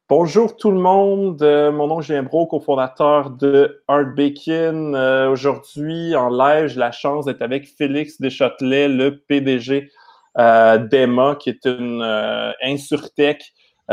Bonjour tout le monde, mon nom est Julien Brault, cofondateur de Art Bacon. Aujourd'hui, en live, j'ai la chance d'être avec Félix Deschâtelet, le PDG d'Emma, qui est une insurtech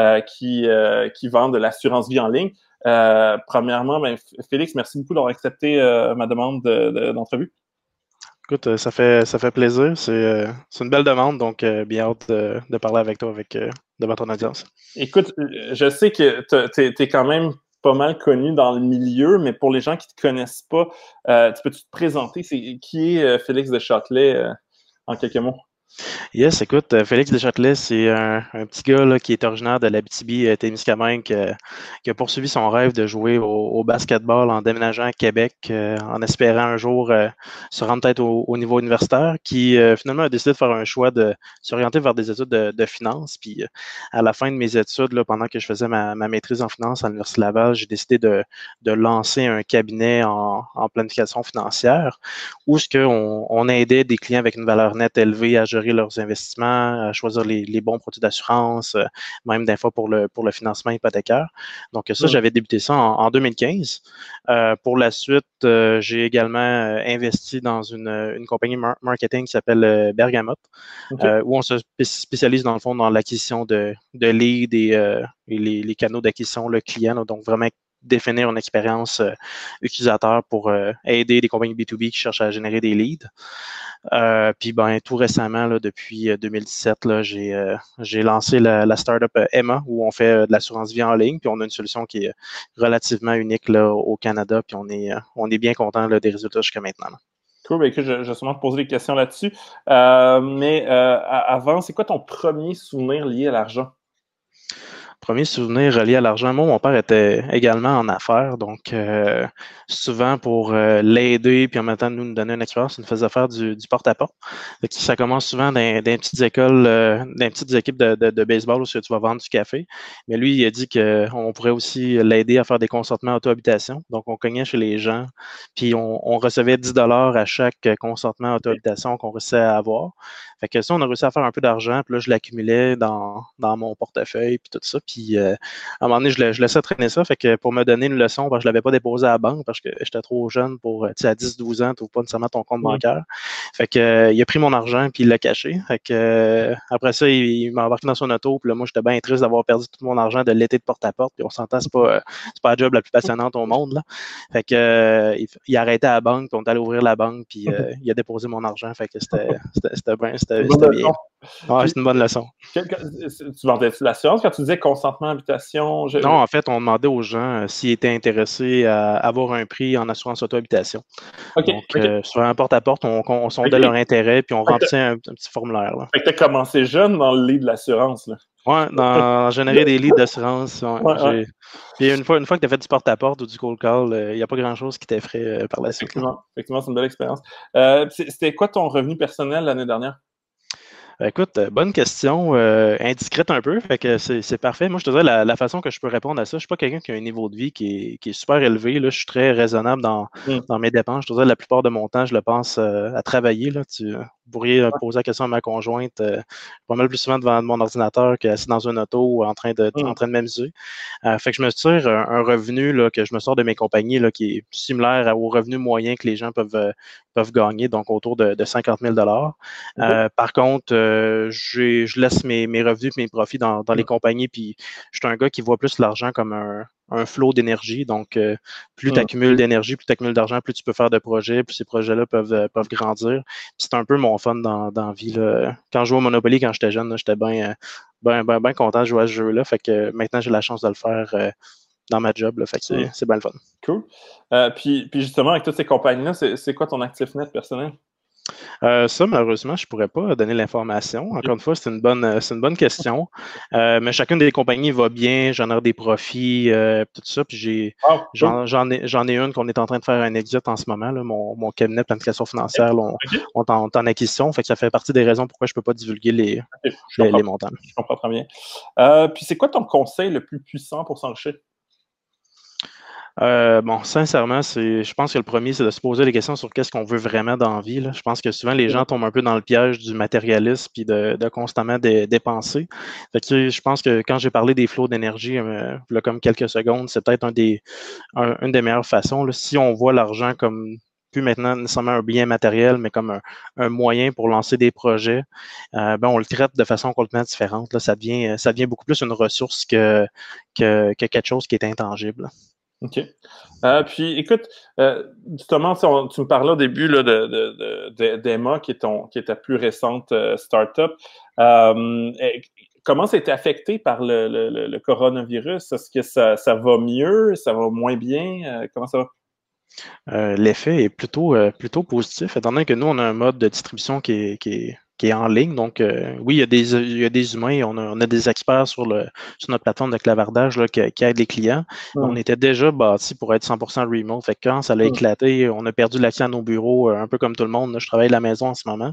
qui vend de l'assurance vie en ligne. Premièrement, Félix, merci beaucoup d'avoir accepté ma demande d'entrevue. Écoute, ça fait plaisir. C'est une belle demande, donc bien hâte de parler avec toi devant ton audience. Écoute, je sais que t'es quand même pas mal connu dans le milieu, mais pour les gens qui te connaissent pas, tu peux-tu te présenter? Qui est Félix Deschâtelet en quelques mots? Yes, écoute, Félix Deschâtelet, c'est un petit gars là, qui est originaire de l'Abitibi-Témiscamingue, qui a poursuivi son rêve de jouer au basketball en déménageant à Québec, en espérant un jour se rendre peut-être au niveau universitaire, qui finalement a décidé de faire un choix de s'orienter vers des études de finance. Puis à la fin de mes études, là, pendant que je faisais ma maîtrise en finance à l'Université Laval, j'ai décidé de lancer un cabinet en planification financière où on aidait des clients avec une valeur nette élevée à gérer leurs investissements, à choisir les bons produits d'assurance, même des fois pour le financement hypothécaire. Donc ça, j'avais débuté ça en 2015. Pour la suite, j'ai également investi dans une compagnie marketing qui s'appelle Bergamote, où on se spécialise dans le fond dans l'acquisition de leads et les canaux d'acquisition le client. Là, donc vraiment définir une expérience utilisateur pour aider des compagnies B2B qui cherchent à générer des leads. Puis tout récemment, là, depuis 2017, là, j'ai lancé la startup Emma, où on fait de l'assurance vie en ligne, puis on a une solution qui est relativement unique là, au Canada, puis on est bien content là, des résultats jusqu'à maintenant. Là. Cool, écoute, je vais sûrement te poser des questions là-dessus. Mais avant, c'est quoi ton premier souvenir lié à l'argent? Premier souvenir relié à l'argent, moi, mon père était également en affaires, donc souvent pour l'aider, puis en même temps nous donner une expérience, il nous faisait faire du porte-à-porte. Ça commence souvent dans des petites écoles, dans des petites équipes de baseball où tu vas vendre du café. Mais lui, il a dit qu'on pourrait aussi l'aider à faire des consentements auto-habitation. Donc, on cognait chez les gens, puis on recevait 10 à chaque consentement auto-habitation qu'on réussissait à avoir. Fait que ça, on a réussi à faire un peu d'argent, puis là, je l'accumulais dans mon portefeuille, puis tout ça. Puis à un moment donné, je laissais traîner ça. Fait que pour me donner une leçon, je ne l'avais pas déposé à la banque parce que j'étais trop jeune pour, tu sais, à 10-12 ans, tu n'ouvres pas nécessairement ton compte bancaire. Fait que il a pris mon argent, puis il l'a caché. Fait que après ça, il m'a embarqué dans son auto, puis là, moi, j'étais bien triste d'avoir perdu tout mon argent de l'été de porte-à-porte. Puis on s'entend, c'est pas la job la plus passionnante au monde, là. Fait que il a arrêté à la banque, puis on est allé ouvrir la banque, puis il a déposé mon argent. Fait que c'était bien. Ouais, c'est une bonne leçon. Tu vendais l'assurance quand tu disais consentement habitation? Non, en fait, on demandait aux gens s'ils étaient intéressés à avoir un prix en assurance auto-habitation. Okay, Donc, sur un porte-à-porte, on sondait leur intérêt, puis on remplissait un petit formulaire. Là. Fait que tu as commencé jeune dans le lit de l'assurance. Là. Ouais, dans générer des leads d'assurance. Ouais. Puis une fois que tu as fait du porte-à-porte ou du cold call, il n'y a pas grand-chose qui t'effraie par la suite. Effectivement, c'est une belle expérience. C'était quoi ton revenu personnel l'année dernière? Écoute, bonne question, indiscrète un peu, fait que c'est parfait. Moi, je te dirais la façon que je peux répondre à ça, je suis pas quelqu'un qui a un niveau de vie qui est super élevé. Là, je suis très raisonnable dans mes dépenses. Je te dirais la plupart de mon temps, je le pense à travailler. Là. Vous pourriez poser la question à ma conjointe, pas mal plus souvent devant mon ordinateur qu'assis dans une auto ou en train de m'amuser. Fait que je me tire un revenu là, que je me sors de mes compagnies là, qui est similaire au revenu moyen que les gens peuvent gagner, donc autour de 50 000 Par contre, je laisse mes revenus et mes profits dans les compagnies, puis je suis un gars qui voit plus l'argent comme un flot d'énergie. Donc, plus tu accumules d'énergie, plus tu accumules d'argent, plus tu peux faire de projets, plus ces projets-là peuvent grandir. C'est un peu mon fun dans la vie. Là. Quand je jouais au Monopoly, quand j'étais jeune, j'étais bien content de jouer à ce jeu-là. Fait que maintenant, j'ai la chance de le faire dans ma job. Là, fait que c'est bien le fun. Cool. Puis justement, avec toutes ces compagnies-là, c'est quoi ton actif net personnel? Ça, malheureusement, je ne pourrais pas donner l'information. Encore une fois, c'est une bonne question. Mais chacune des compagnies va bien, génère des profits, tout ça. Puis j'en ai une qu'on est en train de faire un exit en ce moment. Là, mon cabinet de planification financière, là, on est en acquisition. Fait que ça fait partie des raisons pourquoi je ne peux pas divulguer les montants. Je comprends très bien. Puis c'est quoi ton conseil le plus puissant pour s'enrichir? Bon, sincèrement, je pense que le premier, c'est de se poser des questions sur qu'est-ce qu'on veut vraiment dans la vie, là. Je pense que souvent, les gens tombent un peu dans le piège du matérialisme puis de constamment dépenser. Fait que, je pense que quand j'ai parlé des flots d'énergie, là, comme quelques secondes, c'est peut-être une des meilleures façons, là. Si on voit l'argent comme plus maintenant nécessairement un bien matériel, mais comme un moyen pour lancer des projets, ben on le traite de façon complètement différente, là. Ça devient beaucoup plus une ressource que quelque chose qui est intangible. OK. Puis, écoute, justement, tu me parlais au début là, d'Emma, qui est ta plus récente startup. Comment ça a été affecté par le coronavirus? Est-ce que ça va mieux? Ça va moins bien? Comment ça va? L'effet est plutôt positif, étant donné que nous, on a un mode de distribution qui est en ligne. Donc, oui, il y a des humains, on a des experts sur notre plateforme de clavardage là, qui aident les clients. Mais on était déjà bâti pour être 100% remote. Fait que quand ça a éclaté, on a perdu l'accès à nos bureaux, un peu comme tout le monde. Là, je travaille à la maison en ce moment.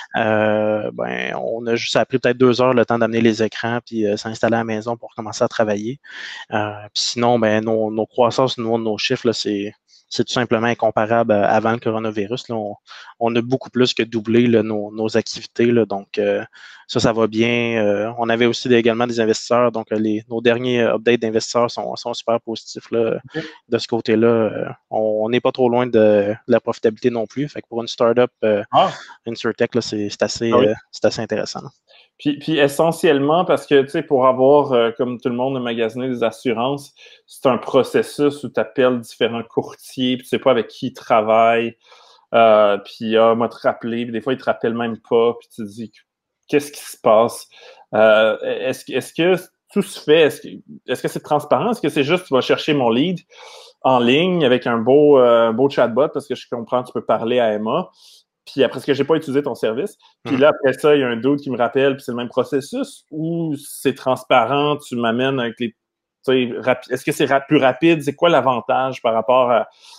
Ben, on a juste appris peut-être 2 heures le temps d'amener les écrans puis s'installer à la maison pour commencer à travailler. Puis sinon, ben, nos croissances au niveau de nos chiffres, là, c'est tout simplement incomparable avant le coronavirus. Là, on a beaucoup plus que doublé là, nos activités. Là, donc, ça va bien. On avait aussi également des investisseurs. Donc, nos derniers updates d'investisseurs sont super positifs là, de ce côté-là. On n'est pas trop loin de la profitabilité non plus. Fait que pour une startup, InsurTech, là, c'est assez intéressant. Puis essentiellement, parce que, tu sais, pour avoir, comme tout le monde, magasiné des assurances, c'est un processus où tu appelles différents courtiers, puis tu sais pas avec qui ils travaillent, puis m'a te rappelé, puis des fois, ils te rappellent même pas, puis tu te dis, qu'est-ce qui se passe? Est-ce que tout se fait? Est-ce que c'est transparent? Est-ce que c'est juste, tu vas chercher mon lead en ligne avec un beau chatbot, parce que je comprends, tu peux parler à Emma, puis après, ce que j'ai pas utilisé ton service. Puis là, après ça, il y a un doute qui me rappelle, puis c'est le même processus, ou c'est transparent, tu m'amènes avec les... Est-ce que c'est plus rapide? C'est quoi l'avantage par rapport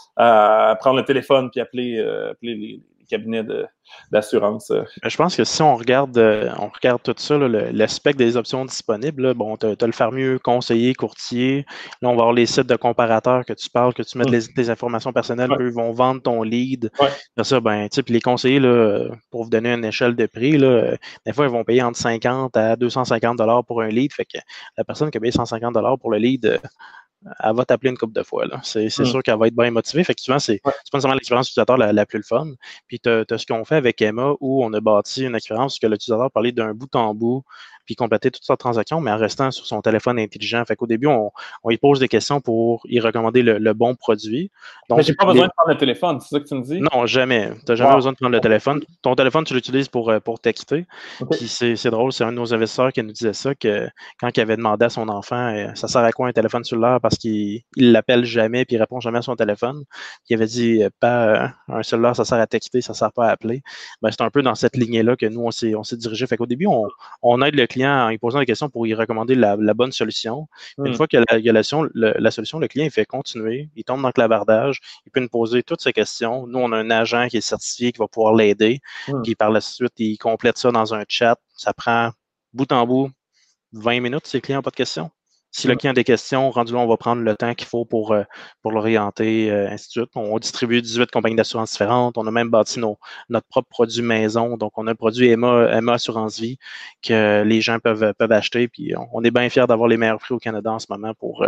à prendre le téléphone puis appeler les cabinets d'assurance? Je pense que si on regarde tout ça, là, l'aspect des options disponibles, là, bon, tu as le fameux conseiller, courtier. Là, on va avoir les sites de comparateurs que tu parles, que tu mets tes informations personnelles, Ouais. eux vont vendre ton lead. Ouais. Ça, ben, puis les conseillers, là, pour vous donner une échelle de prix, là, des fois, ils vont payer entre 50 à 250 $ pour un lead. Fait que la personne qui a payé 150 $ pour le lead, elle va t'appeler une couple de fois. Là. C'est sûr qu'elle va être bien motivée. Effectivement, c'est pas nécessairement l'expérience utilisateur la plus le fun. Puis tu as ce qu'on fait avec Emma où on a bâti une expérience où l'utilisateur parlait d'un bout en bout puis compléter toute sa transaction, mais en restant sur son téléphone intelligent. Fait qu'au début, on lui pose des questions pour y recommander le bon produit. Donc, mais j'ai pas besoin de prendre le téléphone, c'est ça que tu me dis? Non, jamais. Tu n'as jamais besoin de prendre le téléphone. Ton téléphone, tu l'utilises pour texter. Okay. Puis c'est drôle, c'est un de nos investisseurs qui nous disait ça, que quand il avait demandé à son enfant ça sert à quoi un téléphone cellulaire parce qu'il l'appelle jamais puis il répond jamais à son téléphone. Il avait dit pas un cellulaire, ça sert à texter, ça sert pas à appeler. Ben, c'est un peu dans cette lignée-là que nous, on s'est dirigé. Fait qu'au début, on aide le client en lui posant des questions pour lui recommander la bonne solution. Une fois qu'il y a la solution, le client il fait continuer, il tombe dans le clavardage, il peut nous poser toutes ces questions. Nous, on a un agent qui est certifié qui va pouvoir l'aider. Puis par la suite, il complète ça dans un chat. Ça prend bout en bout 20 minutes si le client n'a pas de questions. Si le client a des questions, rendu là, on va prendre le temps qu'il faut pour l'orienter, ainsi de suite. On distribue 18 compagnies d'assurance différentes. On a même bâti notre propre produit maison. Donc, on a le produit Emma Assurance Vie que les gens peuvent acheter. Puis, on est bien fiers d'avoir les meilleurs prix au Canada en ce moment pour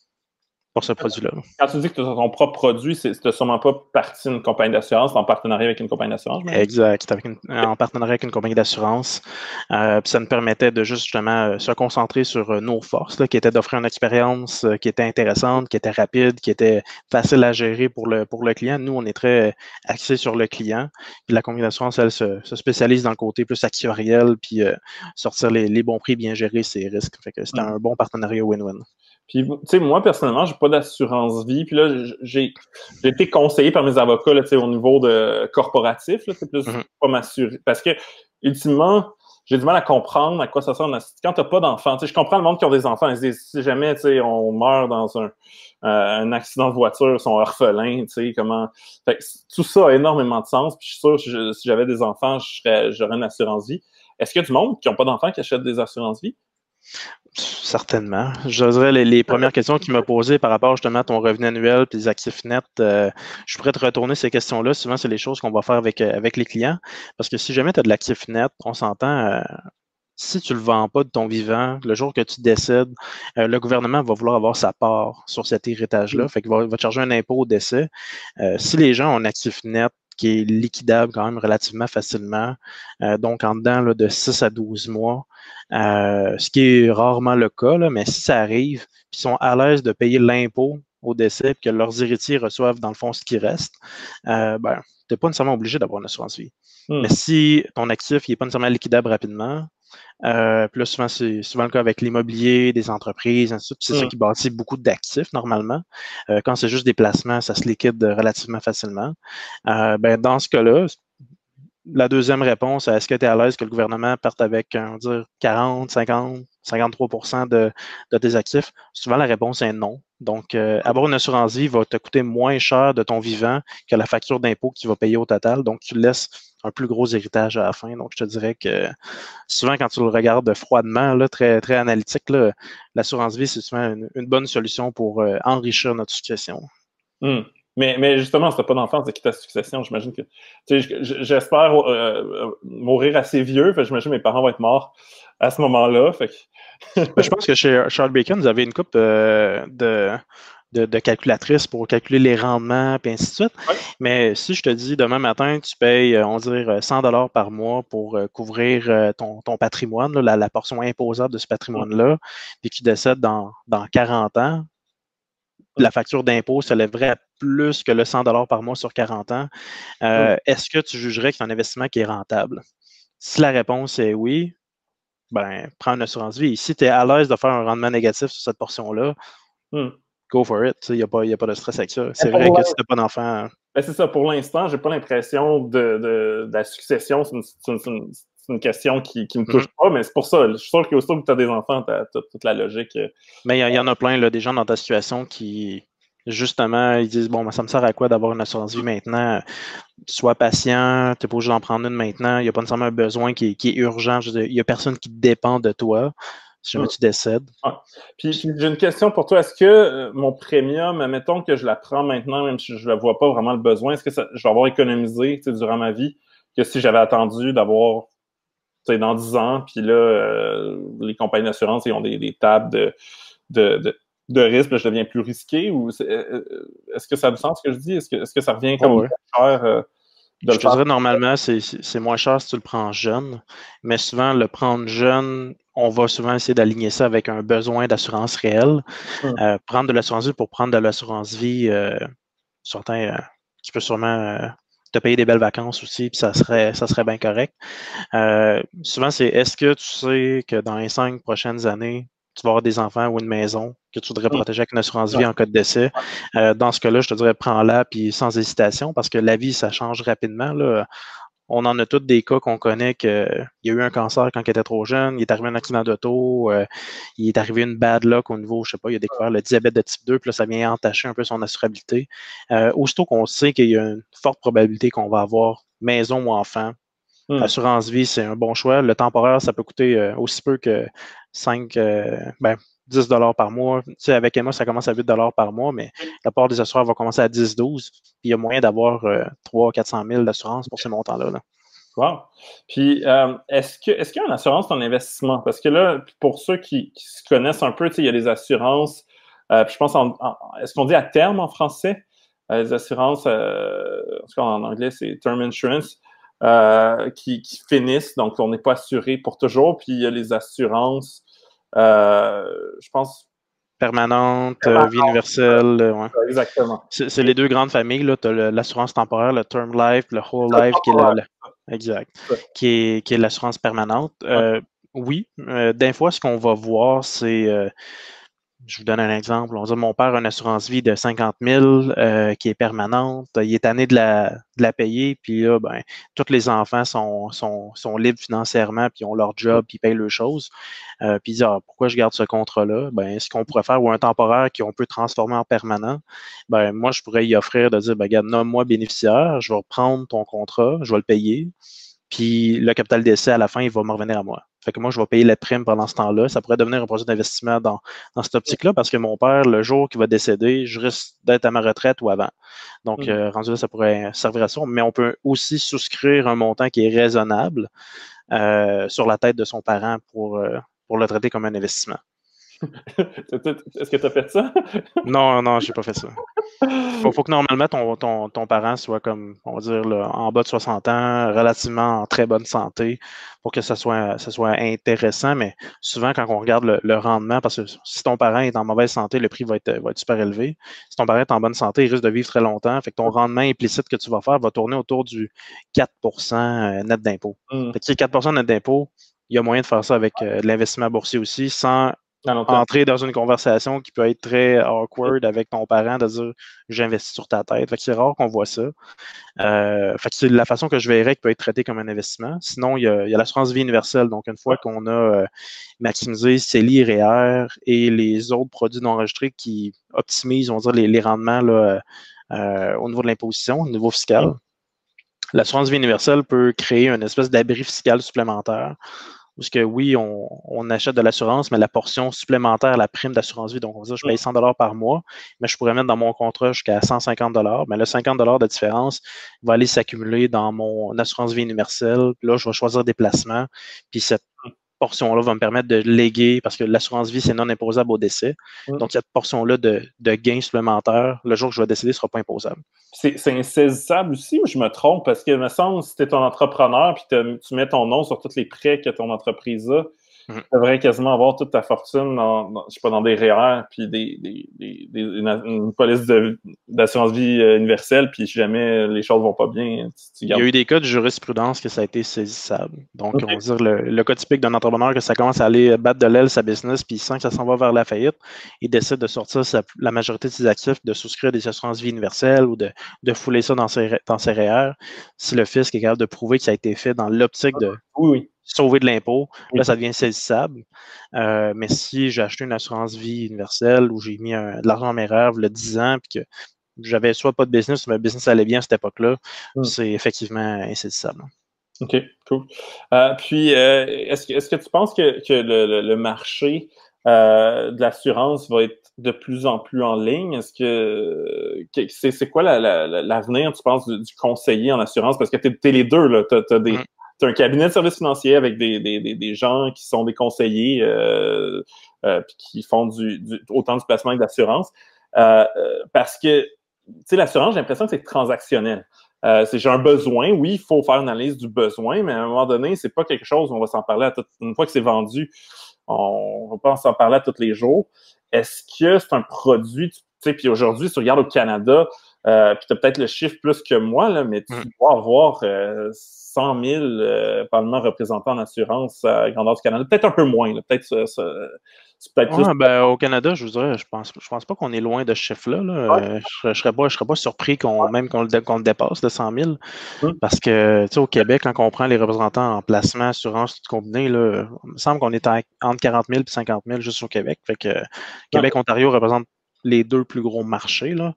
ce produit-là. Quand tu dis que tu as ton propre produit, tu n'as sûrement pas parti d'une compagnie d'assurance, en partenariat avec une compagnie d'assurance, je Exact. En partenariat avec une compagnie d'assurance. Puis ça nous permettait de justement se concentrer sur nos forces, là, qui étaient d'offrir une expérience qui était intéressante, qui était rapide, qui était facile à gérer pour le client. Nous, on est très axé sur le client. Puis la compagnie d'assurance, elle se spécialise dans le côté plus actuariel, puis sortir les bons prix, bien gérer ses risques. Fait que c'était un bon partenariat win-win. Puis, tu sais, moi, personnellement, j'ai pas d'assurance vie. Puis là, j'ai été conseillé par mes avocats, là, tu sais, au niveau de corporatif, là, c'est plus pas m'assurer. Parce que, ultimement, j'ai du mal à comprendre à quoi ça sert. Quand t'as pas d'enfants, tu sais, je comprends le monde qui a des enfants. Ils se disent, si jamais, tu sais, on meurt dans un accident de voiture, ils sont orphelins, tu sais, comment... Fait que tout ça a énormément de sens. Puis je suis sûr que si j'avais des enfants, j'aurais une assurance vie. Est-ce qu'il y a du monde qui n'a pas d'enfants qui achètent des assurances vie? Certainement. Je dirais les premières questions qu'il m'a posées par rapport justement à ton revenu annuel et les actifs nets, je pourrais te retourner ces questions-là. Souvent, c'est les choses qu'on va faire avec les clients. Parce que si jamais tu as de l'actif net, on s'entend, si tu ne le vends pas de ton vivant, le jour que tu décèdes, le gouvernement va vouloir avoir sa part sur cet héritage-là. Fait qu'il va te charger un impôt au décès. Si les gens ont un actif net qui est liquidable quand même relativement facilement, donc en dedans là, de 6 à 12 mois, ce qui est rarement le cas, là, mais si ça arrive, puis ils sont à l'aise de payer l'impôt au décès, puis que leurs héritiers reçoivent dans le fond ce qui reste, ben, tu n'es pas nécessairement obligé d'avoir une assurance vie. Mais si ton actif n'est pas nécessairement liquidable rapidement, puis là, souvent, c'est souvent le cas avec l'immobilier, des entreprises, ainsi de suite. C'est ça qui bâtit beaucoup d'actifs normalement. Quand c'est juste des placements, ça se liquide relativement facilement. Ben, dans ce cas-là, la deuxième réponse, est-ce que tu es à l'aise que le gouvernement parte avec, on va dire, 40, 50, 53% de tes actifs? Souvent, la réponse est non. Donc, avoir une assurance vie va te coûter moins cher de ton vivant que la facture d'impôt que tu vas payer au total. Donc, tu laisses un plus gros héritage à la fin. Donc, je te dirais que souvent, quand tu le regardes froidement, là, très, très analytique, l'assurance vie, c'est souvent une bonne solution pour enrichir notre situation. Mais justement, si t'as pas d'enfant, c'est qui ta succession? J'imagine que. J'espère mourir assez vieux. J'imagine que mes parents vont être morts à ce moment-là. Je pense que chez Charles Bacon, vous avez une coupe de calculatrices pour calculer les rendements et ainsi de suite. Ouais. Mais si je te dis demain matin, tu payes, on va dire, 100 $ par mois pour couvrir ton patrimoine, là, la portion imposable de ce patrimoine-là, puis que tu décèdes dans 40 ans, la facture d'impôt s'élèverait à plus que le 100 $ par mois sur 40 ans. Est-ce que tu jugerais que c'est un investissement qui est rentable? Si la réponse est oui, ben, prends une assurance vie. Si tu es à l'aise de faire un rendement négatif sur cette portion-là, go for it. Il n'y a pas de stress avec ça. C'est vrai que si tu n'as pas d'enfant. Ben c'est ça. Pour l'instant, j'ai pas l'impression de la succession. C'est une question qui me touche pas, mais c'est pour ça. Je suis sûr qu'aussitôt que tu as des enfants, tu as toute la logique. Mais il y en a plein, là, des gens dans ta situation qui, justement, ils disent bon, ben, ça me sert à quoi d'avoir une assurance vie maintenant? Sois patient, tu n'es pas obligé d'en prendre une maintenant. Il n'y a pas nécessairement un besoin qui est urgent. Il n'y a personne qui dépend de toi si jamais tu décèdes. Puis j'ai une question pour toi. Est-ce que mon premium, admettons que je la prends maintenant, même si je ne vois pas vraiment le besoin, est-ce que je vais avoir économisé durant ma vie que si j'avais attendu d'avoir dans 10 ans, puis là, les compagnies d'assurance, ils ont des tables de risque, là, je deviens plus risqué, ou est-ce que ça a du sens ce que je dis? Est-ce que ça revient comme cher je te dirais normalement, c'est moins cher si tu le prends jeune, mais souvent, le prendre jeune, on va souvent essayer d'aligner ça avec un besoin d'assurance réelle. Prendre de l'assurance vie pour prendre de l'assurance vie, tu peux sûrement te payer des belles vacances aussi, puis ça serait bien correct. Souvent, c'est est-ce que tu sais que dans les 5 prochaines années, tu vas avoir des enfants ou une maison que tu voudrais protéger avec une assurance vie en cas de décès. Dans ce cas-là, je te dirais prends-la puis sans hésitation parce que la vie, ça change rapidement. Là. On en a tous des cas qu'on connaît qu'il y a eu un cancer quand il était trop jeune, il est arrivé un accident d'auto, il est arrivé une bad luck au niveau, je sais pas, il a découvert le diabète de type 2, puis là, ça vient entacher un peu son assurabilité. Aussitôt qu'on sait qu'il y a une forte probabilité qu'on va avoir maison ou enfant, assurance vie, c'est un bon choix. Le temporaire, ça peut coûter aussi peu que 10 $ par mois. Tu sais, avec Emma, ça commence à 8 $ par mois, mais la part des assureurs va commencer à 10-12. Puis il y a moyen d'avoir 300-400 000 d'assurance pour ces montants-là. Là. Wow. Puis, est-ce qu'il y a une assurance en investissement? Parce que là, pour ceux qui se connaissent un peu, il y a des assurances, puis je pense, est-ce qu'on dit à terme en français? Les assurances, en tout cas en anglais, c'est term insurance, qui finissent, donc on n'est pas assuré pour toujours. Puis il y a les assurances, je pense... Permanente, vie universelle. Ouais. Exactement. C'est les deux grandes familles. Tu as l'assurance temporaire, le term life, le whole life, qui est l'assurance permanente. Oui, des fois, ce qu'on va voir, c'est... je vous donne un exemple. On va dire mon père a une assurance vie de 50 000 qui est permanente. Il est tanné de la payer. Puis là, ben, tous les enfants sont libres financièrement, puis ont leur job, puis ils payent leurs choses. Puis ils disent pourquoi je garde ce contrat-là? Ben, ce qu'on pourrait faire, ou un temporaire qu'on peut transformer en permanent, ben, moi, je pourrais y offrir de dire ben, regarde, nomme-moi bénéficiaire, je vais reprendre ton contrat, je vais le payer. Puis le capital d'essai, à la fin, il va me revenir à moi. Fait que moi, je vais payer la prime pendant ce temps-là. Ça pourrait devenir un projet d'investissement dans cette optique-là parce que mon père, le jour qu'il va décéder, je risque d'être à ma retraite ou avant. Donc, rendu là, ça pourrait servir à ça. Mais on peut aussi souscrire un montant qui est raisonnable sur la tête de son parent pour le traiter comme un investissement. Est-ce que tu as fait ça? Non, j'ai pas fait ça. Faut que normalement ton parent soit comme, on va dire, là, en bas de 60 ans, relativement en très bonne santé pour que ça soit intéressant. Mais souvent, quand on regarde le rendement, parce que si ton parent est en mauvaise santé, le prix va être super élevé. Si ton parent est en bonne santé, il risque de vivre très longtemps. Fait que ton rendement implicite que tu vas faire va tourner autour du 4 net d'impôt. Fait que 4 net d'impôt, il y a moyen de faire ça avec de l'investissement boursier aussi sans entrer dans une conversation qui peut être très awkward avec ton parent de dire j'investis sur ta tête. Fait que c'est rare qu'on voit ça. Fait que c'est la façon que je verrais qui peut être traitée comme un investissement. Sinon, il y a l'assurance vie universelle. Donc, une fois qu'on a maximisé CELI, REER et les autres produits non enregistrés qui optimisent, on va dire, les rendements là, au niveau de l'imposition, au niveau fiscal, l'assurance vie universelle peut créer une espèce d'abri fiscal supplémentaire. Parce que oui, on achète de l'assurance, mais la portion supplémentaire, la prime d'assurance vie, donc on va dire je paye 100 par mois, mais je pourrais mettre dans mon contrat jusqu'à 150 mais le 50 de différence va aller s'accumuler dans mon assurance vie universelle. Puis là, je vais choisir des placements, puis cette portion-là va me permettre de léguer, parce que l'assurance vie, c'est non imposable au décès. Donc, cette portion-là de gains supplémentaires, le jour que je vais décéder, ne sera pas imposable. C'est insaisissable aussi, ou je me trompe? Parce que, me semble, si tu es un entrepreneur puis tu mets ton nom sur tous les prêts que ton entreprise a, tu devrais quasiment avoir toute ta fortune je sais pas, dans des REER puis une police d'assurance vie universelle, puis si jamais les choses vont pas bien, il y a eu des cas de jurisprudence que ça a été saisissable. Donc, on va dire le cas typique d'un entrepreneur que ça commence à aller battre de l'aile sa business, puis il sent que ça s'en va vers la faillite, il décide de sortir la majorité de ses actifs, de souscrire des assurances vie universelles ou de fouler ça dans ses REER. Si le fisc est capable de prouver que ça a été fait dans l'optique de sauver de l'impôt, là, ça devient saisissable. Mais si j'ai acheté une assurance vie universelle où j'ai mis de l'argent dans mes rêves il y a 10 ans, puis que j'avais soit pas de business, mais le business allait bien à cette époque-là, c'est effectivement insaisissable. OK, cool. Puis, est-ce que tu penses que le marché de l'assurance va être de plus en plus en ligne? Est-ce que c'est quoi l'avenir, tu penses, du conseiller en assurance? Parce que t'es les deux, là. T'as un cabinet de services financiers avec des gens qui sont des conseillers puis qui font autant du placement que d'assurance. Parce que, tu sais, l'assurance, j'ai l'impression que c'est transactionnel. J'ai un besoin, oui, il faut faire une analyse du besoin, mais à un moment donné, c'est pas quelque chose où on va s'en parler une fois que c'est vendu, on va pas s'en parler à tous les jours. Est-ce que c'est un produit, tu sais, puis aujourd'hui, si tu regardes au Canada, puis tu as peut-être le chiffre plus que moi, là, mais tu dois avoir 100 000 parlement représentants en assurance à grandeur du Canada. Peut-être un peu moins, là, peut-être c'est peut-être plus. Ben, au Canada, je vous dirais, je pense pas qu'on est loin de ce chiffre-là. Là. Je serais pas surpris qu'on le dépasse de 100 000. Parce que, tu sais, au Québec, quand on prend les représentants en placement, assurance, tout combiné, là, il me semble qu'on est entre 40 000 et 50 000 juste au Québec. Fait que Québec-Ontario représente les deux plus gros marchés. Là.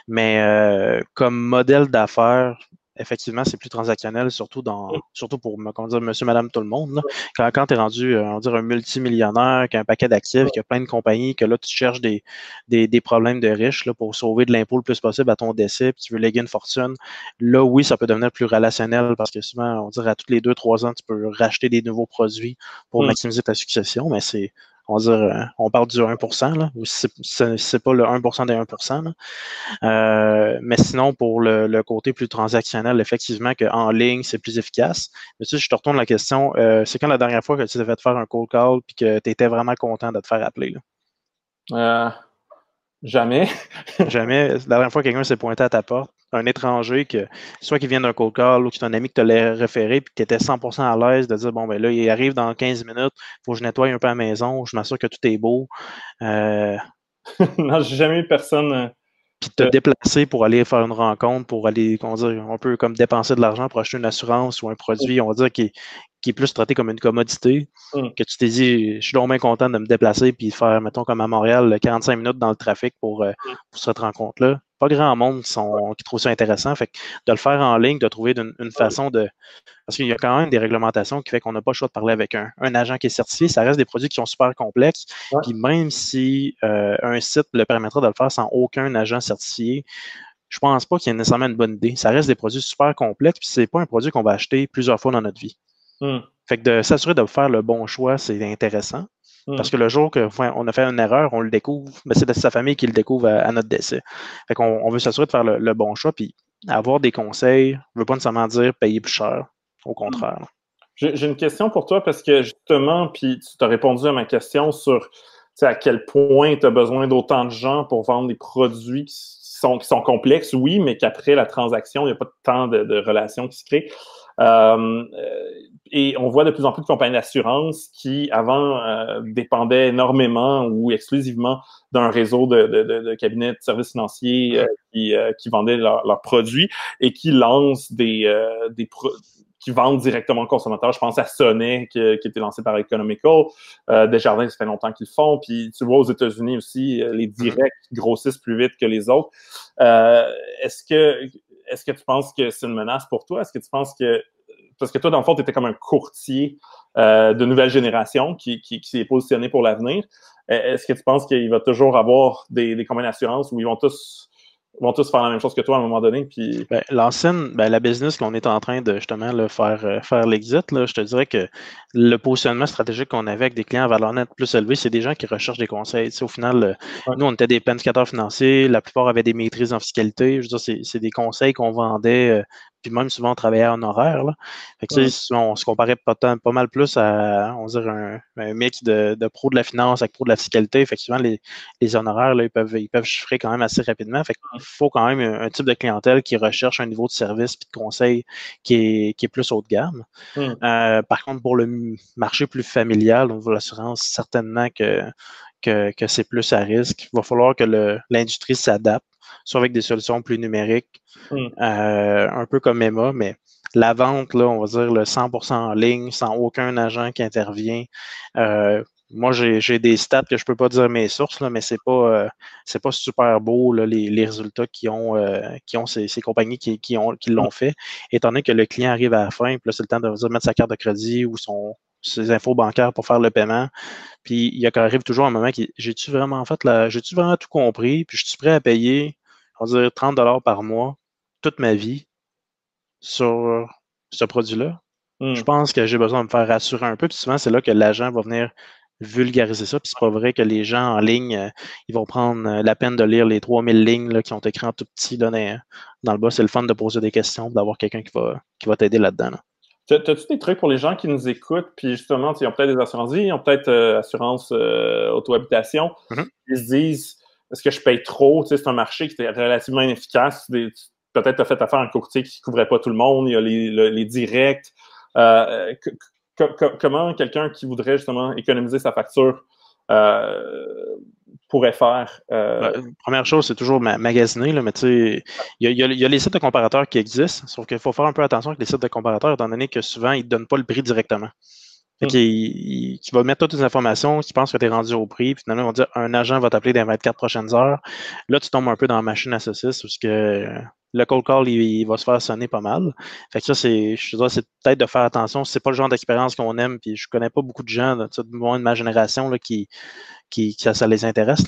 Mais comme modèle d'affaires, effectivement, c'est plus transactionnel, surtout pour monsieur, madame, tout le monde. Là. Quand tu es rendu, on va dire, un multimillionnaire, qui a un paquet d'actifs, qui a plein de compagnies, que là, tu cherches des problèmes de riches là, pour sauver de l'impôt le plus possible à ton décès, puis tu veux léguer une fortune, là, oui, ça peut devenir plus relationnel parce que souvent, on dirait à tous les 2-3 ans, tu peux racheter des nouveaux produits pour maximiser ta succession, mais on va dire, on parle du 1%, là, ou c'est pas le 1% des 1%. Là. Mais sinon, pour le côté plus transactionnel, effectivement, qu'en ligne, c'est plus efficace. Mais tu sais, je te retourne la question, c'est quand la dernière fois que tu t'es fait faire un cold call et que tu étais vraiment content de te faire appeler? Là? Jamais. Jamais. La dernière fois, quelqu'un s'est pointé à ta porte, un étranger, soit qui vient d'un cold call ou qui est un ami qui te l'a référé puis que tu étais 100% à l'aise de dire, bon, ben là, il arrive dans 15 minutes, il faut que je nettoie un peu à la maison, je m'assure que tout est beau. Non, j'ai jamais eu personne. Puis te déplacer pour aller faire une rencontre, pour aller, on va dire, un peu comme dépenser de l'argent pour acheter une assurance ou un produit, on va dire, qui est plus traité comme une commodité, que tu t'es dit, je suis donc bien content de me déplacer puis faire, mettons, comme à Montréal, 45 minutes dans le trafic pour cette rencontre-là. pas grand monde qui trouve ça intéressant. Fait que de le faire en ligne, de trouver une façon de... Parce qu'il y a quand même des réglementations qui fait qu'on n'a pas le choix de parler avec un agent qui est certifié. Ça reste des produits qui sont super complexes. Ouais. Puis même si un site le permettra de le faire sans aucun agent certifié, je pense pas qu'il y ait nécessairement une bonne idée. Ça reste des produits super complexes, puis c'est pas un produit qu'on va acheter plusieurs fois dans notre vie. Fait que de s'assurer de faire le bon choix, c'est intéressant. Parce que le jour qu'on a fait une erreur, on le découvre, mais c'est sa famille qui le découvre à notre décès. Fait qu'on veut s'assurer de faire le bon choix, puis avoir des conseils ne veut pas nécessairement dire payer plus cher. Au contraire. J'ai une question pour toi parce que justement, puis tu t'as répondu à ma question sur à quel point tu as besoin d'autant de gens pour vendre des produits qui sont complexes, oui, mais qu'après la transaction, il n'y a pas tant de relations qui se créent. Et on voit de plus en plus de compagnies d'assurance qui, avant, dépendaient énormément ou exclusivement d'un réseau de cabinets de services financiers qui vendaient leurs produits et qui lancent qui vendent directement aux consommateurs. Je pense à Sonnet, qui a été lancé par Economical. Desjardins, ça fait longtemps qu'ils le font. Puis tu vois, aux États-Unis aussi, les directs grossissent plus vite que les autres. Est-ce que tu penses que c'est une menace pour toi? Est-ce que tu penses que... Parce que toi, dans le fond, tu étais comme un courtier de nouvelle génération qui s'est positionné pour l'avenir. Est-ce que tu penses qu'il va toujours avoir des compagnies d'assurance où ils vont tous faire la même chose que toi à un moment donné? Puis... la business qu'on est en train de justement là, faire l'exit, là, je te dirais que le positionnement stratégique qu'on avait avec des clients à valeur nette plus élevée, c'est des gens qui recherchent des conseils. Au final, nous, on était des planificateurs financiers, la plupart avaient des maîtrises en fiscalité. Je veux dire, c'est des conseils qu'on vendait, puis même souvent on travaillait en horaire. Là. Fait que, on se comparait pas mal plus à, on va dire, un mix de pro de la finance avec pro de la fiscalité. Effectivement, les honoraires, là, ils peuvent chiffrer quand même assez rapidement. Fait qu'il faut quand même un type de clientèle qui recherche un niveau de service et de conseil qui est plus haut de gamme. Par contre, pour le marché plus familial, on veut l'assurance, certainement que c'est plus à risque. Il va falloir que l'industrie s'adapte, soit avec des solutions plus numériques, un peu comme Emma, mais la vente, là, on va dire le 100% en ligne, sans aucun agent qui intervient. Moi, j'ai des stats que je peux pas dire mes sources, là, mais c'est pas super beau là, les résultats qui ont ces compagnies qui l'ont fait, étant donné que le client arrive à la fin, puis là, c'est le temps de mettre sa carte de crédit ou ses infos bancaires pour faire le paiement. Puis il y a quand arrive toujours un moment qui j'ai-tu vraiment tout compris, puis je suis prêt à payer, on va dire 30$ par mois toute ma vie sur ce produit-là. Je pense que j'ai besoin de me faire rassurer un peu, puis souvent, c'est là que l'agent va venir vulgariser ça, puis c'est pas vrai que les gens en ligne, ils vont prendre la peine de lire les 3000 lignes là, qui ont écrit en tout petit là, dans le bas. C'est le fun de poser des questions, d'avoir quelqu'un qui va t'aider là-dedans. Là. T'as-tu des trucs pour les gens qui nous écoutent, puis justement, ils ont peut-être des assurances vie, ils ont peut-être assurance auto-habitation, ils se disent, est-ce que je paye trop? C'est un marché qui est relativement inefficace. Peut-être tu as fait affaire à un courtier qui ne couvrait pas tout le monde, il y a les directs. Comment quelqu'un qui voudrait justement économiser sa facture pourrait faire? Première chose, c'est toujours magasiner, là, mais tu sais, il y a les sites de comparateurs qui existent, sauf qu'il faut faire un peu attention avec les sites de comparateurs, étant donné que souvent, ils ne donnent pas le prix directement. Fait qu'il va mettre toutes les informations, qui pense que tu es rendu au prix, puis finalement, ils vont dire un agent va t'appeler dans les 24 prochaines heures. Là, tu tombes un peu dans la machine à saucisse, parce que le cold call, il va se faire sonner pas mal. Fait que ça, c'est peut-être de faire attention. C'est pas le genre d'expérience qu'on aime, puis je connais pas beaucoup de gens, là, de ma génération, là, qui ça les intéresse.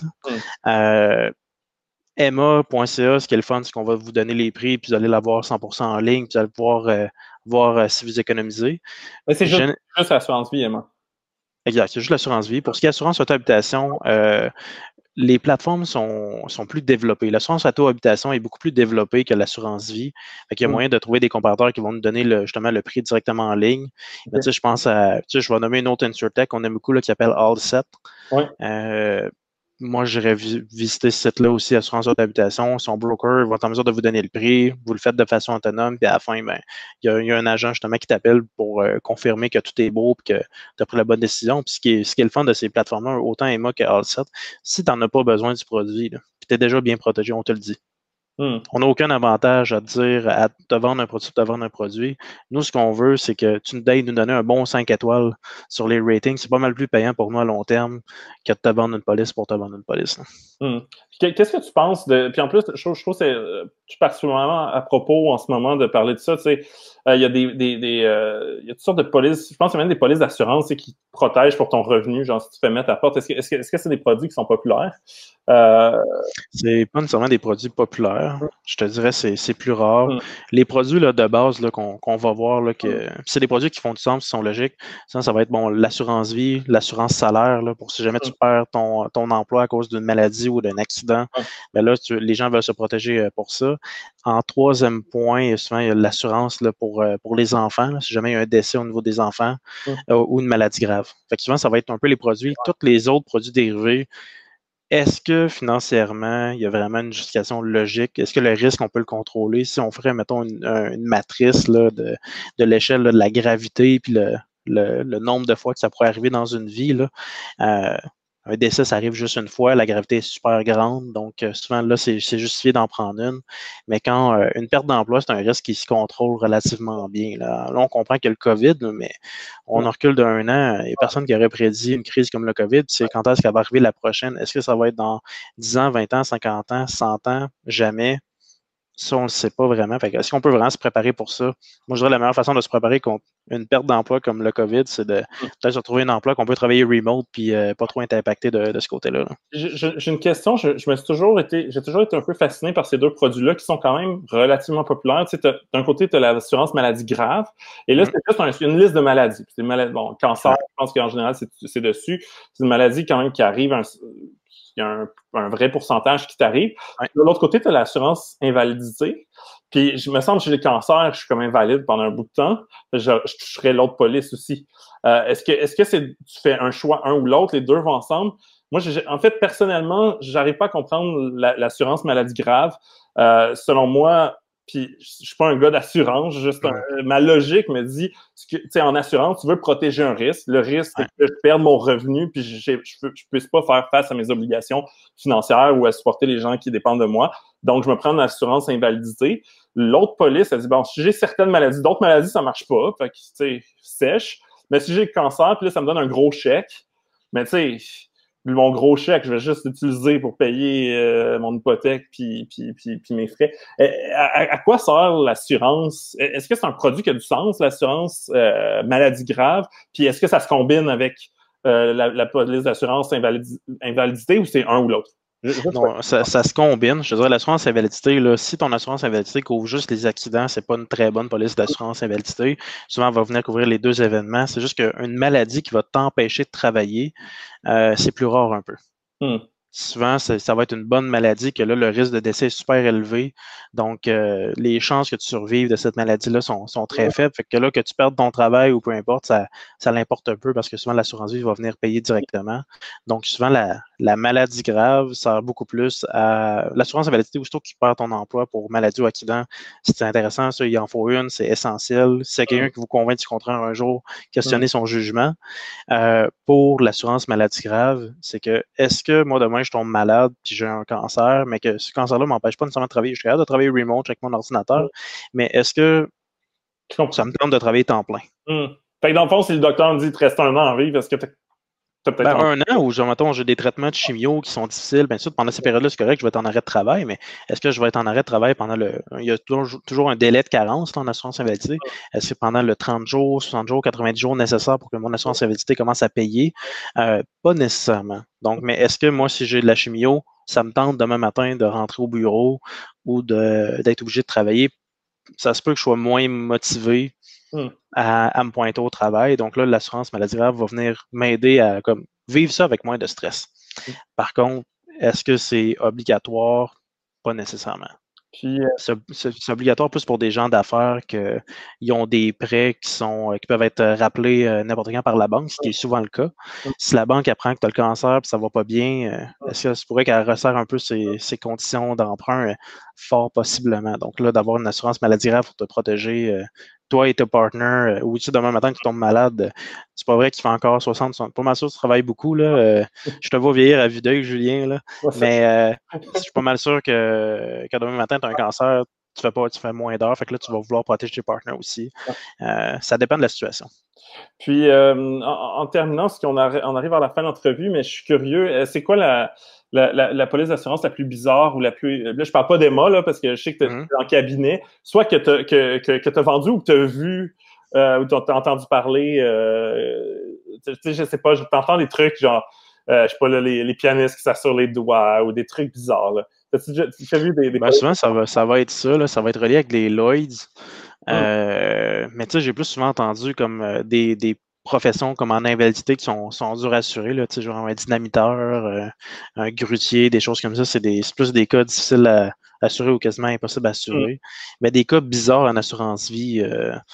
Emma.ca, ce qui est le fun, c'est qu'on va vous donner les prix, puis vous allez l'avoir 100% en ligne, puis vous allez pouvoir voir si vous économisez. Mais c'est juste l'assurance vie, Emma. Exact, c'est juste l'assurance vie. Pour ce qui est assurance auto-habitation, les plateformes sont plus développées. L'assurance auto-habitation est beaucoup plus développée que l'assurance vie. Il y a moyen de trouver des comparateurs qui vont nous donner justement le prix directement en ligne. Mais, je pense je vais nommer une autre InsurTech qu'on aime beaucoup là, qui s'appelle Allset. Moi, j'irais visiter ce site-là aussi, Assurance Auto-Habitation. Son broker va être en mesure de vous donner le prix. Vous le faites de façon autonome. Puis à la fin, il y a un agent justement qui t'appelle pour confirmer que tout est beau et que tu as pris la bonne décision. Puis ce qui est le fun de ces plateformes-là, autant Emma que Allset, si tu n'en as pas besoin du produit, puis tu es déjà bien protégé, on te le dit. On n'a aucun avantage à dire à te vendre un produit ou te vendre un produit. Nous, ce qu'on veut, c'est que tu nous donner un bon 5 étoiles sur les ratings. C'est pas mal plus payant pour nous à long terme que de te vendre une police pour te vendre une police. Qu'est-ce que tu penses de. Puis en plus, je trouve que c'est particulièrement à propos en ce moment de parler de ça. Tu sais, il y a il y a toutes sortes de polices. Je pense qu'il y a même des polices d'assurance qui te protègent pour ton revenu, genre si tu fais mettre à porte. Est-ce que c'est des produits qui sont populaires? C'est pas nécessairement des produits populaires. Je te dirais c'est plus rare. Mm. Les produits là, de base là, qu'on va voir, là, c'est des produits qui font du sens, qui sont logiques. Ça va être bon, l'assurance vie, l'assurance salaire, là, pour si jamais tu perds ton emploi à cause d'une maladie ou d'un accident. Ben là, les gens veulent se protéger pour ça. En troisième point, souvent, il y a l'assurance là, pour les enfants, là, si jamais il y a un décès au niveau des enfants ou une maladie grave. Fait que souvent, ça va être un peu les produits. Tous les autres produits dérivés, est-ce que financièrement, il y a vraiment une justification logique? Est-ce que le risque, on peut le contrôler? Si on ferait, mettons, une matrice là, de l'échelle de la gravité puis le nombre de fois que ça pourrait arriver dans une vie, là, un décès, ça arrive juste une fois, la gravité est super grande, donc souvent là, c'est justifié d'en prendre une. Mais quand une perte d'emploi, c'est un risque qui se contrôle relativement bien. Là, on comprend qu'il y a le COVID, là, mais on en recule d'un an. Il n'y a personne qui aurait prédit une crise comme le COVID. C'est quand est-ce qu'elle va arriver la prochaine? Est-ce que ça va être dans 10 ans, 20 ans, 50 ans, 100 ans? Jamais. Ça, on ne le sait pas vraiment. Est-ce qu'on peut vraiment se préparer pour ça? Moi, je dirais la meilleure façon de se préparer contre une perte d'emploi comme le COVID, c'est de peut-être se retrouver un emploi qu'on peut travailler remote puis pas trop être impacté de ce côté-là. Là. J'ai une question. J'ai toujours été un peu fasciné par ces deux produits-là qui sont quand même relativement populaires. Tu sais, d'un côté, tu as l'assurance maladie grave. Et là, c'est juste une liste de maladies. C'est bon, cancer, je pense qu'en général, c'est dessus. C'est une maladie quand même qui arrive il y a un vrai pourcentage qui t'arrive. De l'autre côté, tu as l'assurance invalidité. Puis, je me semble que chez les cancers, je suis comme invalide pendant un bout de temps. Je toucherais l'autre police aussi. Est-ce que tu fais un choix, un ou l'autre, les deux vont ensemble? Moi, en fait, personnellement, j'arrive pas à comprendre l'assurance maladie grave. Selon moi, puis je suis pas un gars d'assurance, juste ma logique me dit, tu sais, en assurance, tu veux protéger un risque. Le risque, c'est que je perde mon revenu, puis je puisse pas faire face à mes obligations financières ou à supporter les gens qui dépendent de moi. Donc, je me prends une assurance invalidité. L'autre police, elle dit, bon, si j'ai certaines maladies, d'autres maladies, ça marche pas, fait que, tu sais, sèche. Mais si j'ai le cancer, puis là, ça me donne un gros chèque. Mais tu sais, mon gros chèque, je vais juste l'utiliser pour payer mon hypothèque puis mes frais. À quoi sert l'assurance? Est-ce que c'est un produit qui a du sens, l'assurance maladie grave? Puis est-ce que ça se combine avec la police d'assurance invalidité ou c'est un ou l'autre? Non, ça se combine. Je te dirais, l'assurance invalidité, là, si ton assurance invalidité couvre juste les accidents, c'est pas une très bonne police d'assurance invalidité. Souvent, elle va venir couvrir les deux événements. C'est juste qu'une maladie qui va t'empêcher de travailler, c'est plus rare un peu. Souvent, ça va être une bonne maladie que là, le risque de décès est super élevé. Donc, les chances que tu survives de cette maladie-là sont très faibles. Fait que là, que tu perdes ton travail ou peu importe, ça l'importe un peu parce que souvent, l'assurance vie va venir payer directement. Donc, souvent, la maladie grave sert beaucoup plus à l'assurance invalidité, aussitôt que tu perds ton emploi pour maladie ou accident. C'est intéressant, ça, il en faut une, c'est essentiel. Si c'est quelqu'un qui vous convainc du contraire un jour, questionnez son jugement. Pour l'assurance maladie grave, c'est que est-ce que moi demain je tombe malade puis j'ai un cancer, mais que ce cancer-là ne m'empêche pas nécessairement de travailler. Je suis capable de travailler remote avec mon ordinateur, mais est-ce que ça me tente de travailler temps plein? Fait que dans le fond, si le docteur me dit de rester un an en vie, parce que un an où, mettons, j'ai des traitements de chimio qui sont difficiles, bien sûr, pendant ces périodes-là, c'est correct, je vais être en arrêt de travail, mais est-ce que je vais être en arrêt de travail pendant il y a toujours un délai de carence là, en assurance invalidité? Est-ce que pendant le 30 jours, 60 jours, 90 jours nécessaires pour que mon assurance invalidité commence à payer? Pas nécessairement. Donc, mais est-ce que moi, si j'ai de la chimio, ça me tente demain matin de rentrer au bureau ou d'être obligé de travailler? Ça se peut que je sois moins motivé à me pointer au travail. Donc là, l'assurance maladie grave va venir m'aider à vivre ça avec moins de stress. Par contre, est-ce que c'est obligatoire? Pas nécessairement. Puis, c'est obligatoire plus pour des gens d'affaires qui ont des prêts qui peuvent être rappelés n'importe quand par la banque, ce qui est souvent le cas. Si la banque apprend que tu as le cancer et ça va pas bien, est-ce que ça pourrait qu'elle resserre un peu ses conditions d'emprunt fort possiblement? Donc là, d'avoir une assurance maladie grave pour te protéger toi et tes partners, ou tu sais, demain matin, tu tombes malade, c'est pas vrai que tu fais encore 60. Pas mal sûr que tu travailles beaucoup, là. Je te vois vieillir à vue d'œil, Julien, là. Mais je suis pas mal sûr que demain matin, tu as un cancer, tu fais moins d'heures, fait que là, tu vas vouloir protéger tes partners aussi. Ça dépend de la situation. Puis, en terminant, parce qu'on on arrive à la fin de l'entrevue, mais je suis curieux, c'est quoi la police d'assurance la plus bizarre ou la plus... Là, je parle pas d'Emma, là, parce que je sais que tu es en cabinet, soit que tu as vendu ou que tu as vu ou tu as entendu parler, tu sais, je sais pas, t'entends des trucs genre, je sais pas, là, les pianistes qui s'assurent les doigts ou des trucs bizarres, là. T'as-tu déjà vu des Ben, souvent, ça va être ça, là, ça va être relié avec les Lloyds. Mais tu sais, j'ai plus souvent entendu comme des professions comme en invalidité qui sont dures à assurer, là, tu sais, genre un dynamiteur, un grutier, des choses comme ça. C'est plus des cas difficiles à assurer ou quasiment impossible à assurer. Mais des cas bizarres en assurance vie,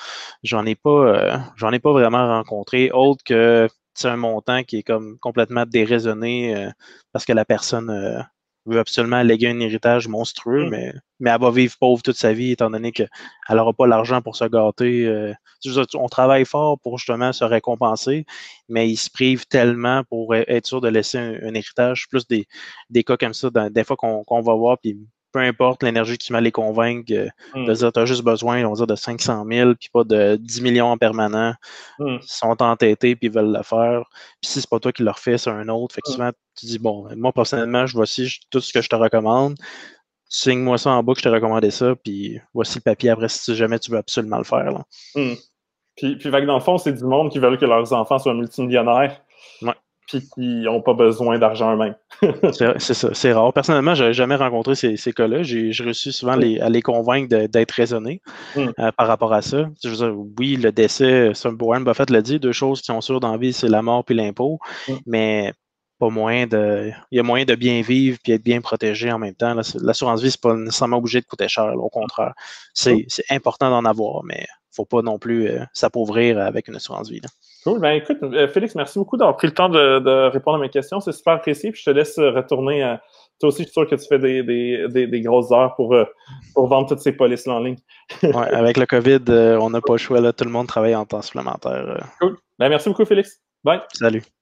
j'en ai pas vraiment rencontré, autre que un montant qui est comme complètement déraisonné parce que la personne veut absolument léguer un héritage monstrueux, mais elle va vivre pauvre toute sa vie, étant donné qu'elle n'aura pas l'argent pour se gâter. On travaille fort pour justement se récompenser, mais ils se privent tellement pour être sûr de laisser un héritage. Plus des cas comme ça, des fois qu'on va voir, puis peu importe l'énergie que tu mets à les convaincre de dire tu as juste besoin, on va dire, de 500 000, puis pas de 10 millions en permanent. Ils sont entêtés puis ils veulent le faire. Puis si c'est pas toi qui le refais, c'est un autre. Fait que souvent, tu dis, bon, moi, personnellement, voici tout ce que je te recommande. Signe-moi ça en bas que je t'ai recommandé ça, puis voici le papier après si jamais tu veux absolument le faire. Là. Puis, dans le fond, c'est du monde qui veulent que leurs enfants soient multimillionnaires. Ouais. Puis qui n'ont pas besoin d'argent eux-mêmes. C'est ça, c'est rare. Personnellement, je n'ai jamais rencontré ces cas-là. J'ai réussi souvent à les convaincre d'être raisonnés par rapport à ça. Je veux dire, oui, le décès, Warren Buffett l'a dit, deux choses qui sont sûres dans la vie, c'est la mort puis l'impôt, mais pas moyen il y a moyen de bien vivre puis être bien protégé en même temps. L'assurance vie, c'est pas nécessairement obligé de coûter cher. Là, au contraire, c'est important d'en avoir, mais faut pas non plus s'appauvrir avec une assurance vie. Là. Cool. Ben écoute, Félix, merci beaucoup d'avoir pris le temps de répondre à mes questions. C'est super apprécié. Puis je te laisse retourner. Toi aussi, je suis sûr que tu fais des grosses heures pour vendre toutes ces polices-là en ligne. Ouais, avec le COVID, on n'a pas le choix. Là, tout le monde travaille en temps supplémentaire. Cool. Ben merci beaucoup, Félix. Bye. Salut.